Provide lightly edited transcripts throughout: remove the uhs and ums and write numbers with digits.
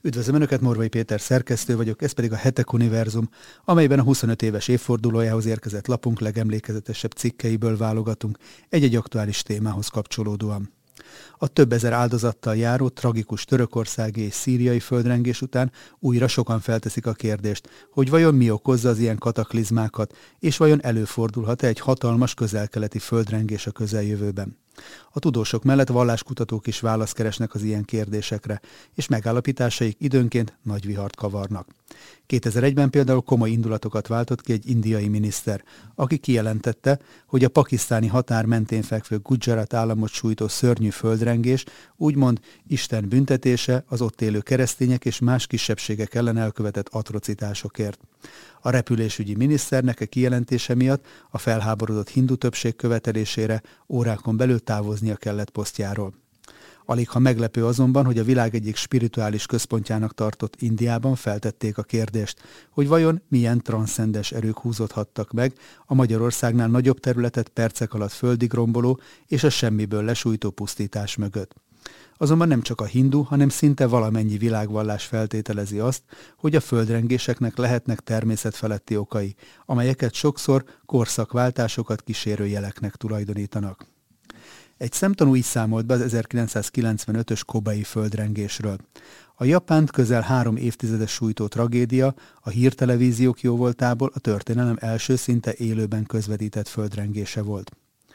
Üdvözlöm Önöket, Morvai Péter szerkesztő vagyok, ez pedig a Hetek Univerzum, amelyben a 25 éves évfordulójához érkezett lapunk legemlékezetesebb cikkeiből válogatunk egy-egy aktuális témához kapcsolódóan. A több ezer áldozattal járó tragikus törökországi és szíriai földrengés után újra sokan felteszik a kérdést, hogy vajon mi okozza az ilyen kataklizmákat, és vajon előfordulhat-e egy hatalmas közel-keleti földrengés a közeljövőben. A tudósok mellett valláskutatók is választ keresnek az ilyen kérdésekre, és megállapításaik időnként nagy vihart kavarnak. 2001-ben például komoly indulatokat váltott ki egy indiai miniszter, aki kijelentette, hogy a pakisztáni határ mentén fekvő Gujarat államot sújtó szörnyű földrengés úgymond Isten büntetése az ott élő keresztények és más kisebbségek ellen elkövetett atrocitásokért. A repülésügyi miniszternek a kijelentése miatt a felháborodott hindu többség követelésére órákon belül távoznia kellett posztjáról. Aligha meglepő azonban, hogy a világ egyik spirituális központjának tartott Indiában feltették a kérdést, hogy vajon milyen transzcendes erők húzódhattak meg a Magyarországnál nagyobb területet percek alatt földig romboló és a semmiből lesújtó pusztítás mögött. Azonban nem csak a hindu, hanem szinte valamennyi világvallás feltételezi azt, hogy a földrengéseknek lehetnek természetfeletti okai, amelyeket sokszor korszakváltásokat kísérő jeleknek tulajdonítanak. Egy szemtanú így számolt be az 1995-ös Kobai földrengésről. A Japánt közel 3 évtizedes sújtó tragédia a hírtelevíziók jóvoltából a történelem első szinte élőben közvetített földrengése volt.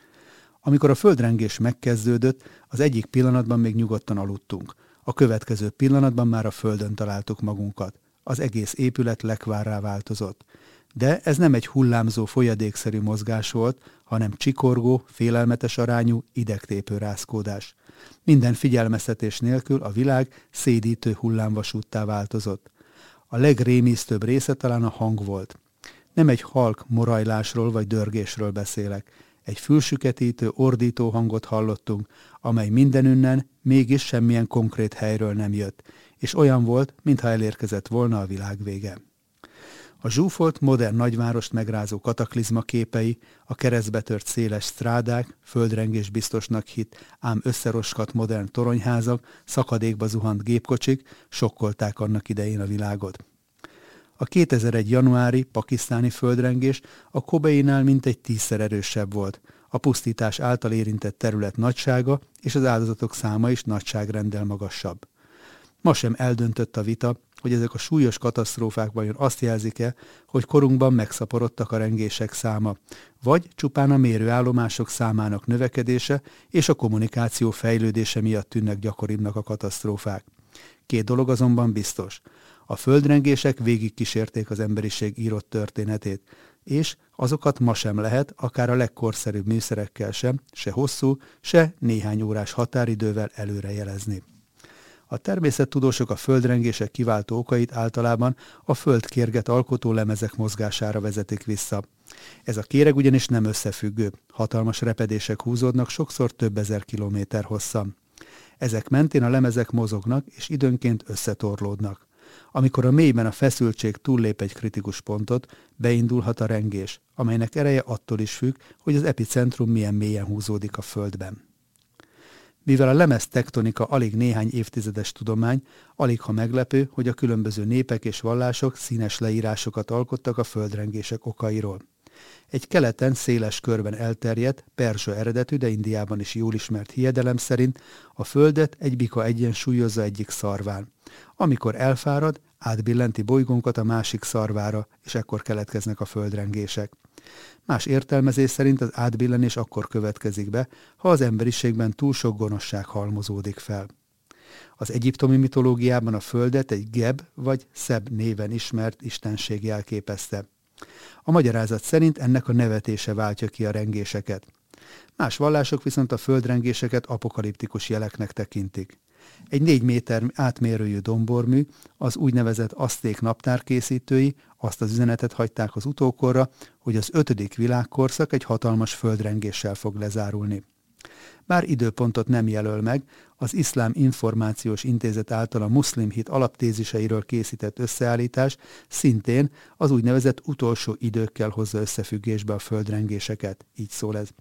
Amikor a földrengés megkezdődött, az egyik pillanatban még nyugodtan aludtunk. A következő pillanatban már a földön találtuk magunkat. Az egész épület lekvárrá változott. De ez nem egy hullámzó, folyadékszerű mozgás volt, hanem csikorgó, félelmetes arányú, idegtépő rázkódás. Minden figyelmeztetés nélkül a világ szédítő hullámvasúttá változott. A legrémisztőbb része talán a hang volt. Nem egy halk morajlásról vagy dörgésről beszélek. Egy fülsüketítő, ordító hangot hallottunk, amely mindenünnen mégis semmilyen konkrét helyről nem jött, és olyan volt, mintha elérkezett volna a világ vége. A zsúfolt, modern nagyvárost megrázó kataklizma képei, a keresztbe tört széles strádák, földrengés biztosnak hitt, ám összeroskat modern toronyházak, szakadékba zuhant gépkocsik sokkolták annak idején a világot. A 2001. januári pakisztáni földrengés a Kobainál mintegy 10-szer erősebb volt. A pusztítás által érintett terület nagysága és az áldozatok száma is nagyságrenddel magasabb. Ma sem eldöntött a vita, hogy ezek a súlyos katasztrófák vajon azt jelzik-e, hogy korunkban megszaporodtak a rengések száma, vagy csupán a mérőállomások számának növekedése és a kommunikáció fejlődése miatt tűnnek gyakoribbnak a katasztrófák. 2 dolog azonban biztos. A földrengések végigkísérték az emberiség írott történetét, és azokat ma sem lehet, akár a legkorszerűbb műszerekkel sem, se hosszú, se néhány órás határidővel előrejelezni. A természettudósok a földrengések kiváltó okait általában a földkérget alkotó lemezek mozgására vezetik vissza. Ez a kéreg ugyanis nem összefüggő, hatalmas repedések húzódnak sokszor több ezer kilométer hosszan. Ezek mentén a lemezek mozognak és időnként összetorlódnak. Amikor a mélyben a feszültség túllép egy kritikus pontot, beindulhat a rengés, amelynek ereje attól is függ, hogy az epicentrum milyen mélyen húzódik a földben. Mivel a lemeztektonika alig néhány évtizedes tudomány, aligha meglepő, hogy a különböző népek és vallások színes leírásokat alkottak a földrengések okairól. Egy keleten széles körben elterjedt, perzsa eredetű, de Indiában is jól ismert hiedelem szerint a földet egy bika egyensúlyozza egyik szarván. Amikor elfárad, átbillenti bolygónkat a másik szarvára, és ekkor keletkeznek a földrengések. Más értelmezés szerint az átbillenés akkor következik be, ha az emberiségben túl sok gonoszság halmozódik fel. Az egyiptomi mitológiában a földet egy Geb vagy Szeb néven ismert istenség jelképezte. A magyarázat szerint ennek a nevetése váltja ki a rengéseket. Más vallások viszont a földrengéseket apokaliptikus jeleknek tekintik. Egy 4 méter átmérőjű dombormű, az úgynevezett azték naptárkészítői azt az üzenetet hagyták az utókorra, hogy az 5. világkorszak egy hatalmas földrengéssel fog lezárulni. Bár időpontot nem jelöl meg, az Iszlám Információs Intézet által a muszlim hit alaptéziseiről készített összeállítás szintén az úgynevezett utolsó időkkel hozza összefüggésbe a földrengéseket, így szól ez.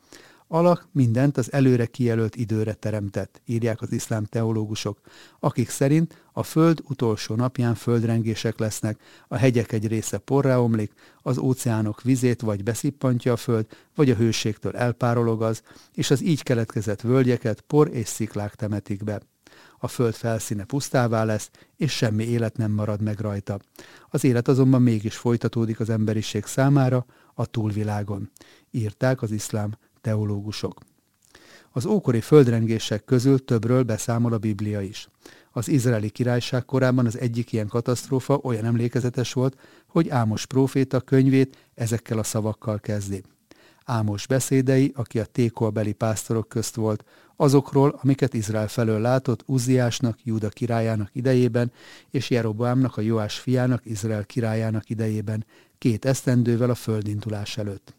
Allah mindent az előre kijelölt időre teremtett, írják az iszlám teológusok, akik szerint a föld utolsó napján földrengések lesznek, a hegyek egy része porrá omlik, az óceánok vizét vagy beszippantja a föld, vagy a hőségtől elpárolog, és az így keletkezett völgyeket por és sziklák temetik be. A föld felszíne pusztává lesz, és semmi élet nem marad meg rajta. Az élet azonban mégis folytatódik az emberiség számára a túlvilágon, írták az iszlám teológusok. Az ókori földrengések közül többről beszámol a Biblia is. Az Izraeli Királyság korában az egyik ilyen katasztrófa olyan emlékezetes volt, hogy Ámos próféta könyvét ezekkel a szavakkal kezdi. Ámos beszédei, aki a Tékoabeli pásztorok közt volt, azokról, amiket Izrael felől látott Uzziásnak, Júda királyának idejében, és Jeroboámnak, a Joás fiának, Izrael királyának idejében, 2 esztendővel a földindulás előtt.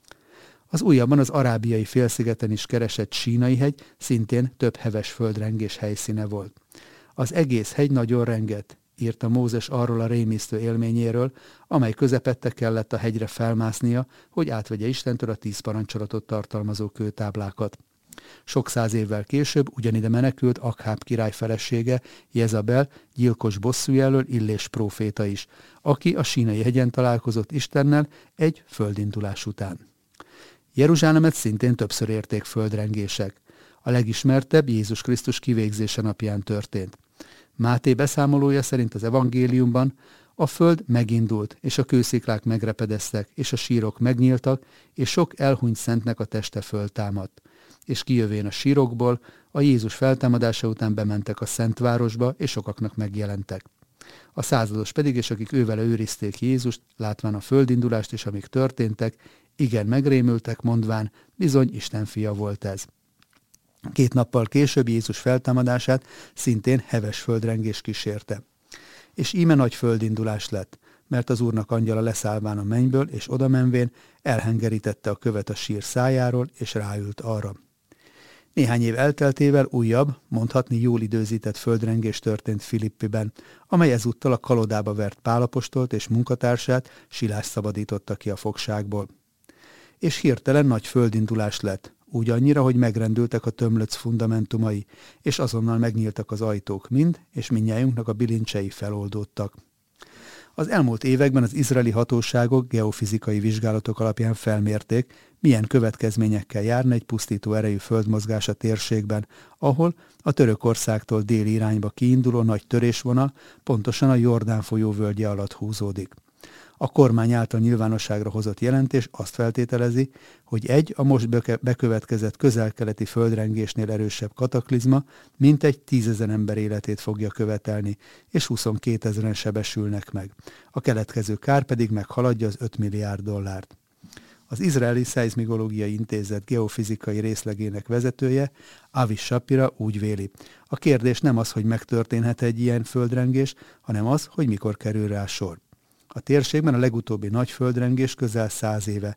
Az újabban az arábiai félszigeten is keresett Sínai hegy szintén több heves földrengés helyszíne volt. Az egész hegy nagyon rengett, írta Mózes arról a rémisztő élményéről, amely közepette kellett a hegyre felmásznia, hogy átvegye Istentől a 10 parancsolatot tartalmazó kőtáblákat. Sok száz évvel később ugyanide menekült Akháb király felesége, Jezabel, gyilkos bosszújelöl Illés próféta is, aki a Sínai hegyen találkozott Istennel egy földindulás után. Jeruzsálemet szintén többször érték földrengések. A legismertebb Jézus Krisztus kivégzése napján történt. Máté beszámolója szerint az evangéliumban a föld megindult, és a kősziklák megrepedeztek, és a sírok megnyíltak, és sok elhunyt szentnek a teste föltámadt. És kijövén a sírokból, a Jézus feltámadása után bementek a Szentvárosba, és sokaknak megjelentek. A százados pedig, és akik ővele őrizték Jézust, látván a földindulást és amik történtek, igen megrémültek, mondván, bizony Isten fia volt ez. 2 nappal később Jézus feltámadását szintén heves földrengés kísérte. És íme nagy földindulás lett, mert az Úrnak angyala leszállván a mennyből, és odamenvén elhengerítette a követ a sír szájáról, és ráült arra. Néhány év elteltével újabb, mondhatni jól időzített földrengés történt Filippiben, amely ezúttal a kalodába vert Pál apostolt és munkatársát, Silást szabadította ki a fogságból. És hirtelen nagy földindulás lett, úgy annyira, hogy megrendültek a tömlöc fundamentumai, és azonnal megnyíltak az ajtók mind, és mindnyájunknak a bilincsei feloldódtak. Az elmúlt években az izraeli hatóságok geofizikai vizsgálatok alapján felmérték, milyen következményekkel járna egy pusztító erejű földmozgás a térségben, ahol a Törökországtól déli irányba kiinduló nagy törésvonal pontosan a Jordán folyó völgye alatt húzódik. A kormány által nyilvánosságra hozott jelentés azt feltételezi, hogy egy a most bekövetkezett közel-keleti földrengésnél erősebb kataklizma mintegy 10 000 ember életét fogja követelni, és 22 000-en sebesülnek meg. A keletkező kár pedig meghaladja az $5 milliárd. Az Izraeli Szeizmológiai Intézet geofizikai részlegének vezetője, Avi Shapira úgy véli. A kérdés nem az, hogy megtörténhet egy ilyen földrengés, hanem az, hogy mikor kerül rá sor. A térségben a legutóbbi nagy földrengés közel 100 éve,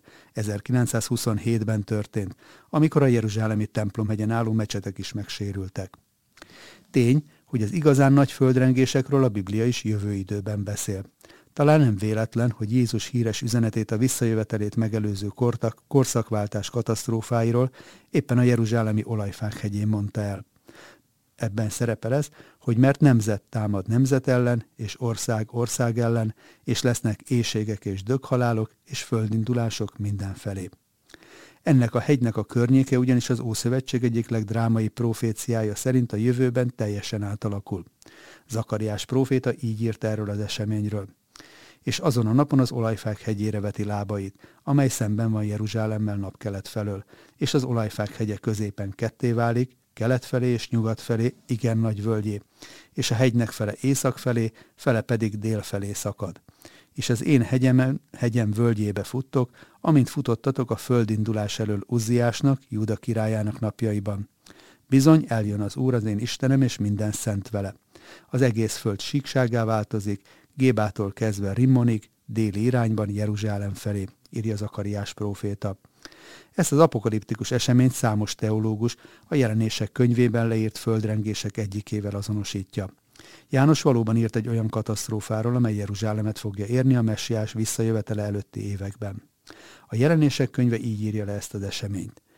1927-ben történt, amikor a jeruzsálemi templomhegyen álló mecsetek is megsérültek. Tény, hogy az igazán nagy földrengésekről a Biblia is jövő időben beszél. Talán nem véletlen, hogy Jézus híres üzenetét a visszajövetelét megelőző korszakváltás katasztrófáiról éppen a jeruzsálemi olajfák hegyén mondta el. Ebben szerepel ez, hogy mert nemzet támad nemzet ellen, és ország ország ellen, és lesznek éhségek és döghalálok, és földindulások mindenfelé. Ennek a hegynek a környéke ugyanis az Ószövetség egyik legdrámai proféciája szerint a jövőben teljesen átalakul. Zakariás próféta így írt erről az eseményről. És azon a napon az olajfák hegyére veti lábait, amely szemben van Jeruzsálemmel napkelet felől, és az olajfák hegye középen ketté válik, kelet felé és nyugat felé igen nagy völgyé, és a hegynek fele észak felé, fele pedig dél felé szakad. És az én hegyem völgyébe futtok, amint futottatok a földindulás elől Uzziásnak, Júda királyának napjaiban. Bizony eljön az Úr, az én Istenem, és minden szent vele. Az egész föld síkságá változik, Gébától kezdve Rimmonig, déli irányban Jeruzsálem felé, írja Zakariás próféta. Ezt az apokaliptikus eseményt számos teológus a Jelenések könyvében leírt földrengések egyikével azonosítja. János valóban írt egy olyan katasztrófáról, amely Jeruzsálemet fogja érni a messiás visszajövetele előtti években. A Jelenések könyve így írja le ezt az eseményt.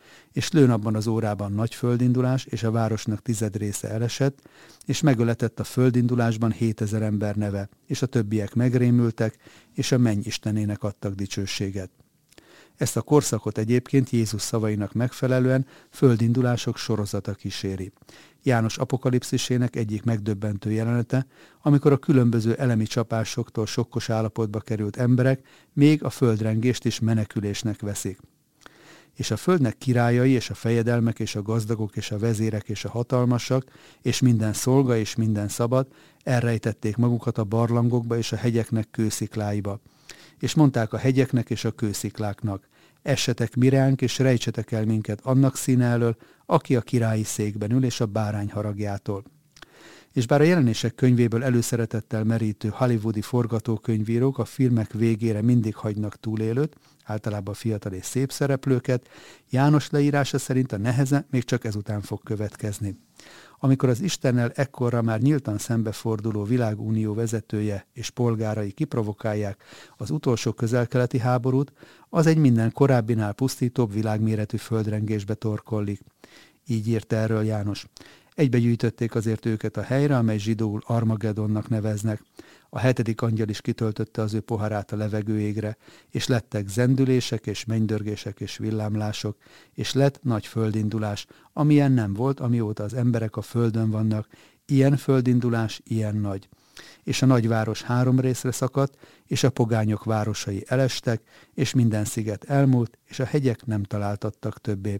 és lőn abban az órában nagy földindulás, és a városnak 10 része elesett, és megöletett a földindulásban 7000 ember neve, és a többiek megrémültek, és a menny istenének adtak dicsőséget. Ezt a korszakot egyébként Jézus szavainak megfelelően földindulások sorozata kíséri. János apokalipszisének egyik megdöbbentő jelenete, amikor a különböző elemi csapásoktól sokkos állapotba került emberek még a földrengést is menekülésnek veszik. És a földnek királyai, és a fejedelmek, és a gazdagok, és a vezérek, és a hatalmasak, és minden szolga, és minden szabad, elrejtették magukat a barlangokba és a hegyeknek kőszikláiba. És mondták a hegyeknek és a kőszikláknak: essetek miránk, és rejtsetek el minket annak színe elől, aki a királyi székben ül, és a bárány haragjától. És bár a jelenések könyvéből előszeretettel merítő hollywoodi forgatókönyvírók a filmek végére mindig hagynak túlélőt, általában fiatal és szép szereplőket, János leírása szerint a neheze még csak ezután fog következni. Amikor az Istennel ekkorra már nyíltan szembeforduló világunió vezetője és polgárai kiprovokálják az utolsó közel-keleti háborút, az egy minden korábbinál pusztítóbb világméretű földrengésbe torkollik. Így írt erről János. Egybegyűjtötték azért őket a helyre, amely zsidóul Armagedonnak neveznek. A 7. angyal is kitöltötte az ő poharát a levegőégre, és lettek zendülések és mennydörgések és villámlások, és lett nagy földindulás, amilyen nem volt, amióta az emberek a földön vannak, ilyen földindulás, ilyen nagy. És a nagyváros 3 részre szakadt, és a pogányok városai elestek, és minden sziget elmúlt, és a hegyek nem találtattak többé.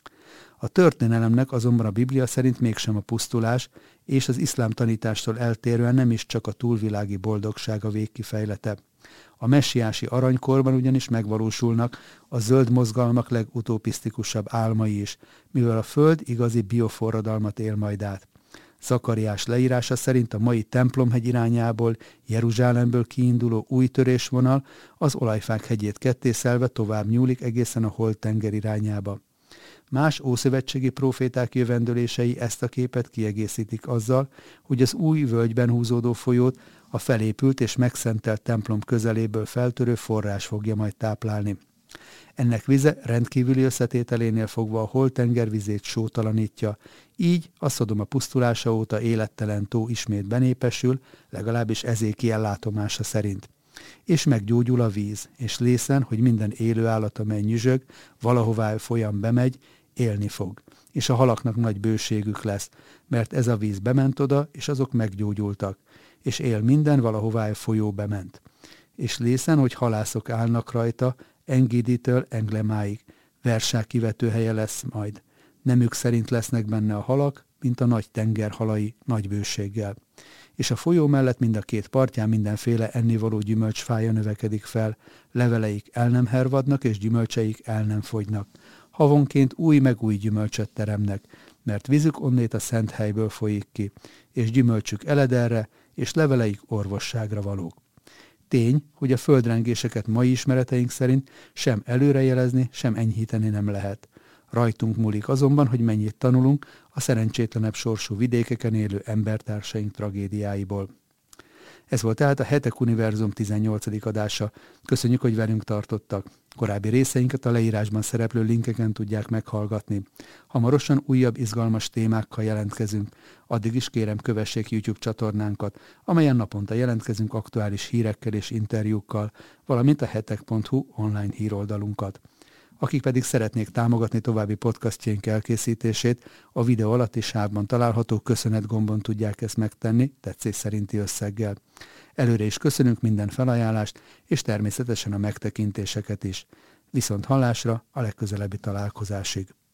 A történelemnek azonban a Biblia szerint mégsem a pusztulás, és az iszlám tanítástól eltérően nem is csak a túlvilági boldogság a végkifejlete. A messiási aranykorban ugyanis megvalósulnak a zöld mozgalmak legutopisztikusabb álmai is, mivel a föld igazi bioforradalmat él majd át. Zakariás leírása szerint a mai Templomhegy irányából, Jeruzsálemből kiinduló új törésvonal az Olajfák hegyét kettészelve tovább nyúlik egészen a Holt-tenger irányába. Más ószövetségi próféták jövendőlései ezt a képet kiegészítik azzal, hogy az új völgyben húzódó folyót a felépült és megszentelt templom közeléből feltörő forrás fogja majd táplálni. Ennek vize rendkívüli összetételénél fogva a Holt-tenger vizét sótalanítja, így a Szodoma pusztulása óta élettelen tó ismét benépesül, legalábbis Ezékiel látomása szerint. És meggyógyul a víz, és lészen, hogy minden élő állat, amely nyüzsög, valahová folyam bemegy, élni fog. És a halaknak nagy bőségük lesz, mert ez a víz bement oda, és azok meggyógyultak. És él minden, valahová folyó bement. És lészen, hogy halászok állnak rajta, Engiditől Englemáig. Versák kivető helye lesz majd. Nemük szerint lesznek benne a halak, mint a nagy tenger halai nagy bőséggel. És a folyó mellett mind a 2 partján mindenféle ennivaló gyümölcsfája növekedik fel, leveleik el nem hervadnak, és gyümölcseik el nem fogynak. Havonként új meg új gyümölcsöt teremnek, mert vízük onnét a szent helyből folyik ki, és gyümölcsük elederre, és leveleik orvosságra valók. Tény, hogy a földrengéseket mai ismereteink szerint sem előrejelezni, sem enyhíteni nem lehet. Rajtunk múlik azonban, hogy mennyit tanulunk a szerencsétlenebb sorsú vidékeken élő embertársaink tragédiáiból. Ez volt tehát a Hetek Univerzum 18. adása. Köszönjük, hogy velünk tartottak. Korábbi részeinket a leírásban szereplő linkeken tudják meghallgatni. Hamarosan újabb izgalmas témákkal jelentkezünk. Addig is kérem, kövessék YouTube csatornánkat, amelyen naponta jelentkezünk aktuális hírekkel és interjúkkal, valamint a hetek.hu online híroldalunkat. Akik pedig szeretnék támogatni további podcastjaink elkészítését, a videó alatti sávban található köszönet gombon tudják ezt megtenni, tetszés szerinti összeggel. Előre is köszönünk minden felajánlást, és természetesen a megtekintéseket is. Viszont hallásra a legközelebbi találkozásig.